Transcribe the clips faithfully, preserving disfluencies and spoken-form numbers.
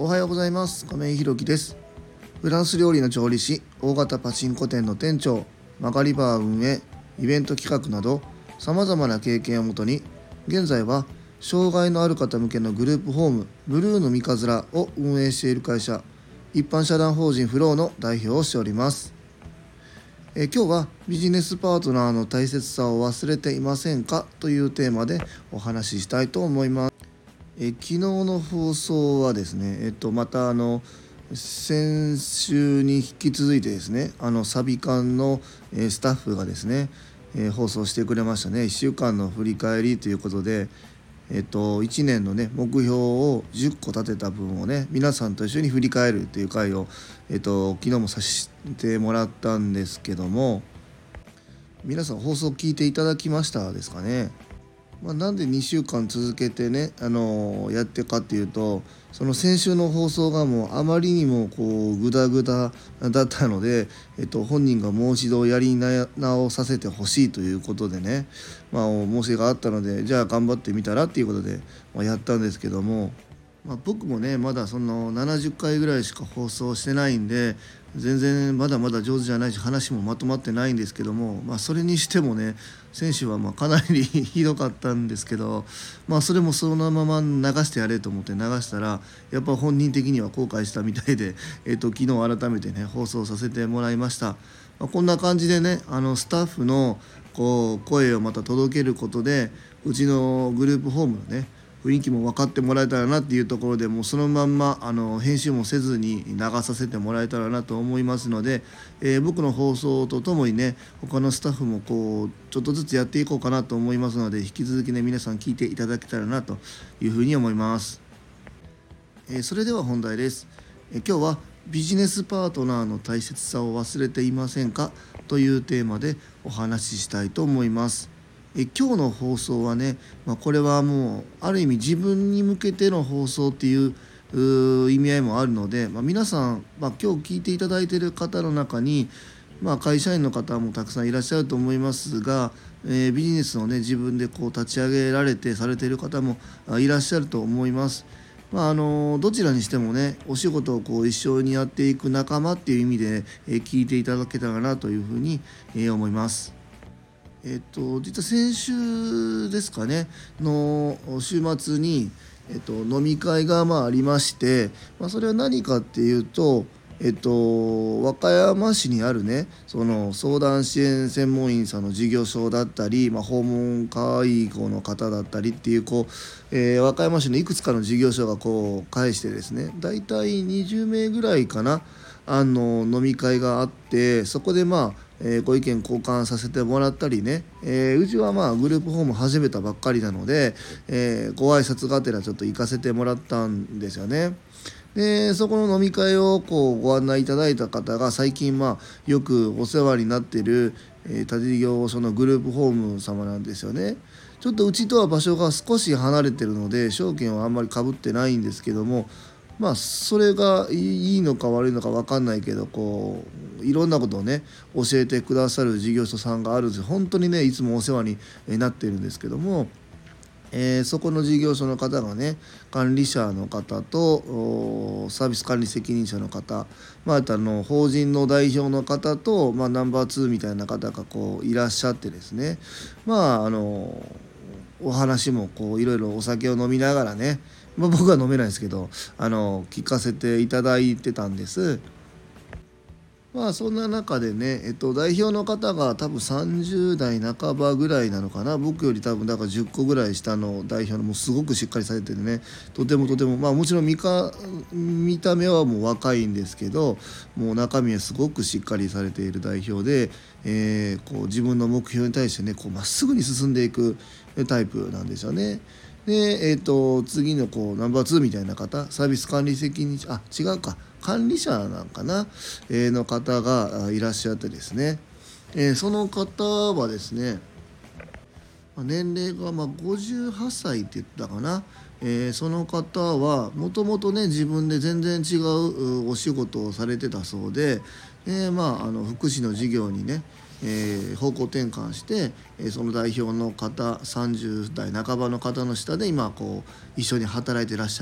おはようございます。亀井ひろきです。フランス料理の調理師、大型パチンコ店の店長、曲がりバー運営、イベント企画などさまざまな経験をもとに、現在は障害のある方向けのグループホームブルーの三日面を運営している会社、一般社団法人フローの代表をしております。え今日はビジネスパートナーの大切さを忘れていませんかというテーマでお話ししたいと思います。え昨日の放送はですね、えっと、またあの先週に引き続いてですね、あのサビ館の、えスタッフがですね、えー放送してくれましたね。いっしゅうかんの振り返りということで、えっと、いちねんのね目標をじゅっこ立てた分をね、皆さんと一緒に振り返るという回を、えっと、昨日もさせてもらったんですけども、皆さん放送聞いていただきましたですかね。まあ、なんでにしゅうかん続けてね、あのーやってかっていうと、その先週の放送がもうあまりにもこうグダグダだったので、えっと、本人がもう一度やり直させてほしいということでね、まあ、申し出があったので、じゃあ頑張ってみたらっていうことで、まあ、やったんですけども、まあ、僕もねまだそのななじゅっかいぐらいしか放送してないんで、全然まだまだ上手じゃないし、話もまとまってないんですけども、まあ、それにしてもね、選手はまあかなりひどかったんですけど、まあ、それもそのまま流してやれと思って流したら、やっぱ本人的には後悔したみたいで、えっと、昨日改めてね放送させてもらいました。まあ、こんな感じでね、あのスタッフのこう声をまた届けることで、うちのグループホームのね雰囲気も分かってもらえたらなっていうところで、もうそのまんまあの編集もせずに流させてもらえたらなと思いますので、えー僕の放送とともにね、他のスタッフもこうちょっとずつやっていこうかなと思いますので、引き続きね皆さん聞いていただけたらなというふうに思います。えーそれでは本題です。えー今日はビジネスパートナーの大切さを忘れていませんかというテーマでお話ししたいと思います。え今日の放送はね、まあ、これはもうある意味自分に向けての放送っていううー意味合いもあるので、まあ、皆さん、まあ、今日聞いていただいている方の中に、まあ、会社員の方もたくさんいらっしゃると思いますが、えービジネスをね自分でこう立ち上げられてされている方もあいらっしゃると思います。まああのどちらにしてもね、お仕事をこう一緒にやっていく仲間っていう意味で、えー聞いていただけたらなというふうに、えー思います。えっと、実は先週ですかねの週末に、えっと、飲み会がまあありまして、まあ、それは何かっていうと、えっと、和歌山市にあるねその相談支援専門員さんの事業所だったり、まあ、訪問介護の方だったりっていうこう、えー和歌山市のいくつかの事業所がこう介してですね、だいたいにじゅうめいぐらいかな、あの飲み会があって、そこでまあえーご意見交換させてもらったりね、えーうちはまあグループホーム始めたばっかりなので、えーご挨拶がてらちょっと行かせてもらったんですよね。でそこの飲み会をこうご案内いただいた方が、最近まあよくお世話になっている、えー他事業所のグループホーム様なんですよね。ちょっとうちとは場所が少し離れてるので証券はあんまりかぶってないんですけども、まあそれがいいのか悪いのか分かんないけど、こういろんなことをね教えてくださる事業所さんがあるんです。本当にねいつもお世話になっているんですけども、えーそこの事業所の方がね、管理者の方とおサービス管理責任者の方、まあ、あとあの法人の代表の方と、まあ、ナンバーツーみたいな方がこういらっしゃってですね、まああのお話もこういろいろお酒を飲みながらね、まあ、僕は飲めないですけど、あの聞かせていただいてたんです。まあそんな中でね、えっと、代表の方が多分さんじゅう代半ばぐらいなのかな、僕より多分だからじゅっこぐらい下の代表の、もうすごくしっかりされててね、とてもとても、まあもちろん見か見た目はもう若いんですけど、もう中身はすごくしっかりされている代表で、えーこう自分の目標に対してねこうまっすぐに進んでいくタイプなんですよね。で、えー、と次のこうナンバーツーみたいな方、サービス管理責任者、あ違うか管理者なんかな、えーの方があいらっしゃってですね、えーその方はですね、まあ年齢がまあごじゅうはっさいって言ったかな、えーその方はもともとね自分で全然違ううお仕事をされてたそうで、えーまあ、あの福祉の事業にね、えー方向転換して、えーその代表の方さんじゅう代半ばの方の下で今こう一緒に働いてらっしゃるっ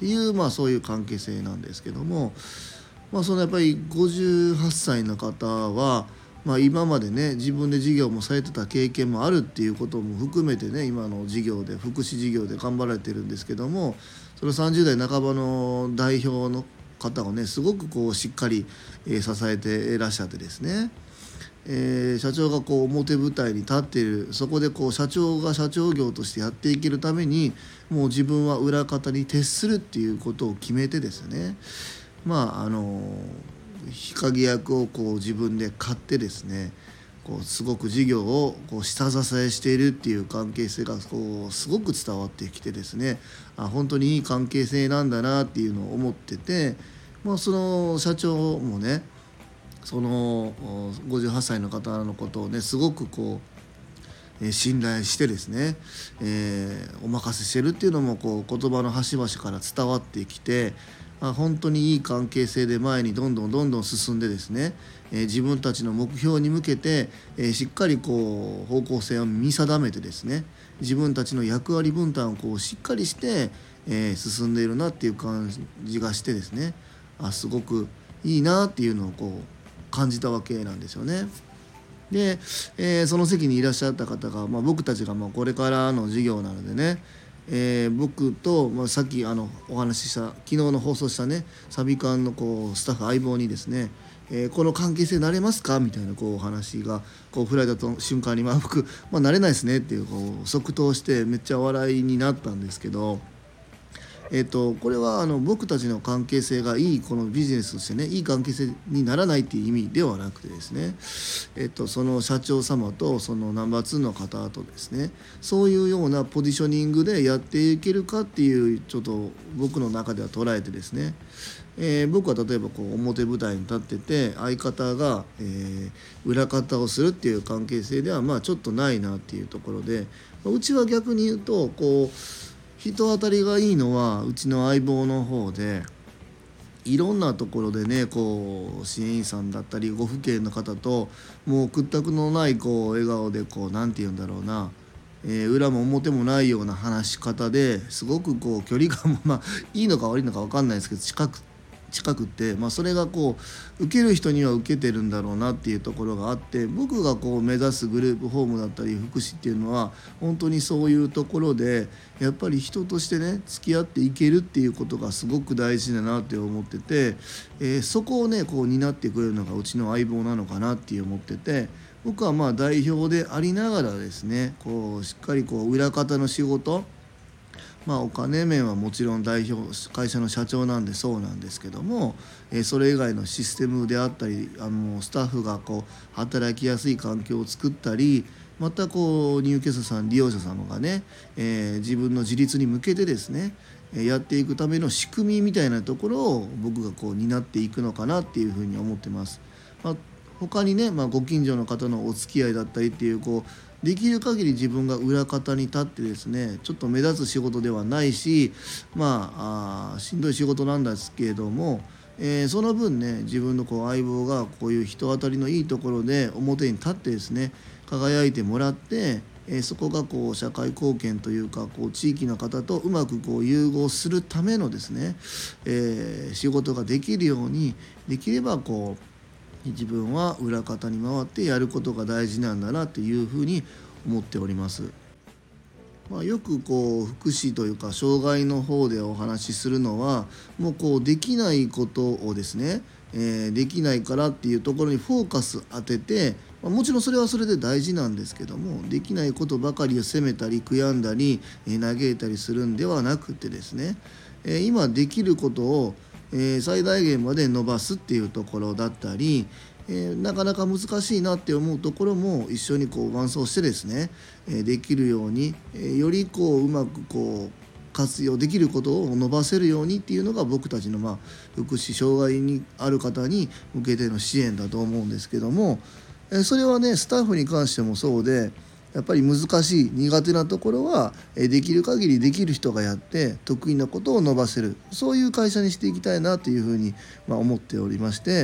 っていう、まあ、そういう関係性なんですけども、まあ、そのやっぱりごじゅうはっさいの方は、まあ、今までね自分で事業もされてた経験もあるっていうことも含めてね、今の事業で福祉事業で頑張られてるんですけども、そのさんじゅう代半ばの代表の方をねすごくこうしっかり、えー支えていらっしゃってですね、えー社長がこう表舞台に立っている、そこでこう社長が社長業としてやっていけるためにもう自分は裏方に徹するっていうことを決めてですね、まああの日陰役をこう自分で買ってですね、こうすごく事業をこう下支えしているっていう関係性がこうすごく伝わってきてですね、あ本当にいい関係性なんだなっていうのを思ってて、まあ、その社長もねそのごじゅうはっさいの方のことをねすごくこうえー信頼してですね、えーお任せしてるっていうのもこう言葉の端々から伝わってきて、あ本当にいい関係性で前にどんどんどんどん進んでですね、えー自分たちの目標に向けて、えーしっかりこう方向性を見定めてですね、自分たちの役割分担をこうしっかりして、えー進んでいるなっていう感じがしてですね、あすごくいいなっていうのをこう感じたわけなんですよね。で、えーその席にいらっしゃった方が、まあ、僕たちがまあこれからの授業なのでね、えー僕と、まあ、さっきあのお話しした昨日の放送したねサビ館のこうスタッフ相棒にですね、えーこの関係性慣れますかみたいなこうお話がこう振られた瞬間に、まあ、僕、まあ、慣れないですねっていうこう即答してめっちゃ笑いになったんですけど、えっと、これはあの僕たちの関係性がいいこのビジネスとしてねいい関係性にならないっていう意味ではなくてですね、えっと、その社長様とそのナンバーツーの方とですねそういうようなポジショニングでやっていけるかっていうちょっと僕の中では捉えてですね、えー僕は例えばこう表舞台に立ってて相方が、えー裏方をするっていう関係性ではまあちょっとないなっていうところで、うちは逆に言うとこう人当たりがいいのはうちの相棒の方で、いろんなところでねこう支援員さんだったりご父兄の方ともう屈託のないこう笑顔でこうなんて言うんだろうな、えー裏も表もないような話し方ですごくこう距離感もまあいいのか悪いのか分かんないですけど近く近くって、まあ、それがこう受ける人には受けてるんだろうなっていうところがあって、僕がこう目指すグループホームだったり福祉っていうのは本当にそういうところでやっぱり人としてね付き合っていけるっていうことがすごく大事だなって思ってて、えーそこをねこう担ってくれるのがうちの相棒なのかなって思ってて、僕はまあ代表でありながらですねこうしっかりこう裏方の仕事、まあ、お金面はもちろん代表会社の社長なんでそうなんですけども、えーそれ以外のシステムであったりあのスタッフがこう働きやすい環境を作ったり、またこう入居者さん利用者様がね、えー自分の自立に向けてですねえーやっていくための仕組みみたいなところを僕がこう担っていくのかなっていうふうに思ってます。まあ他にね、まあ、ご近所の方のお付き合いだったりっていうこうできる限り自分が裏方に立ってですねちょっと目立つ仕事ではないし、まあ、あーしんどい仕事なんですけれども、えーその分ね自分のこう相棒がこういう人当たりのいいところで表に立ってですね輝いてもらって、えーそこがこう社会貢献というかこう地域の方とうまくこう融合するためのですね、えー仕事ができるようにできればこう自分は裏方に回ってやることが大事なんだなっていうふうに思っております。まあ、よくこう福祉というか障害の方でお話しするのはもうこうできないことをですね、えーできないからっていうところにフォーカス当てて、まあもちろんそれはそれで大事なんですけども、できないことばかりを責めたり悔やんだり、えー嘆いたりするんではなくてですね、えー今できることをえー最大限まで伸ばすっていうところだったり、えーなかなか難しいなって思うところも一緒にこう伴走してですね、えーできるように、えーよりこううまくこう活用できることを伸ばせるようにっていうのが僕たちのまあ福祉障害にある方に向けての支援だと思うんですけども、えーそれはねスタッフに関してもそうで、やっぱり難しい苦手なところはえーできる限りできる人がやって得意なことを伸ばせる、そういう会社にしていきたいなというふうにまあ思っておりまして、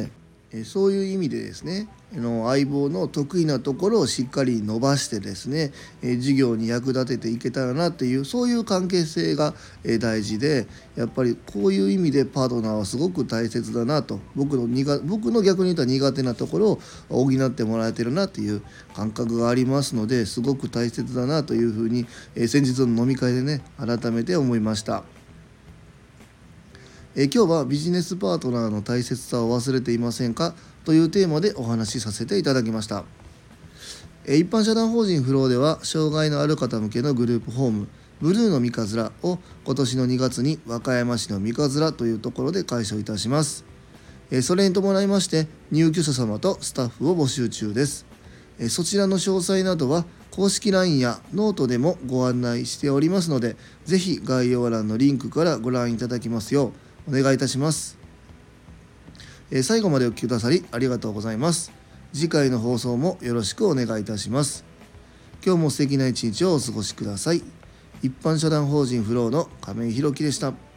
えそういう意味でですね、あの相棒の得意なところをしっかり伸ばしてですね、え授業に役立てていけたらなっていう、そういう関係性が、え大事で、やっぱりこういう意味でパートナーはすごく大切だなと、僕の苦僕の逆に言ったら苦手なところを補ってもらえてるなっていう感覚がありますので、すごく大切だなというふうに、え先日の飲み会でね改めて思いました。え今日はビジネスパートナーの大切さを忘れていませんかというテーマでお話しさせていただきました。え一般社団法人フローでは、障害のある方向けのグループホームブルーの三日面を今年のにがつに和歌山市の三日面というところで開所いたします。えそれに伴いまして入居者様とスタッフを募集中です。えそちらの詳細などは公式 ライン やノートでもご案内しておりますので、ぜひ概要欄のリンクからご覧いただきますようお願いいたします。え最後までお聞きくださりありがとうございます。次回の放送もよろしくお願いいたします。今日も素敵な一日をお過ごしください。一般社団法人フローの亀井宏樹でした。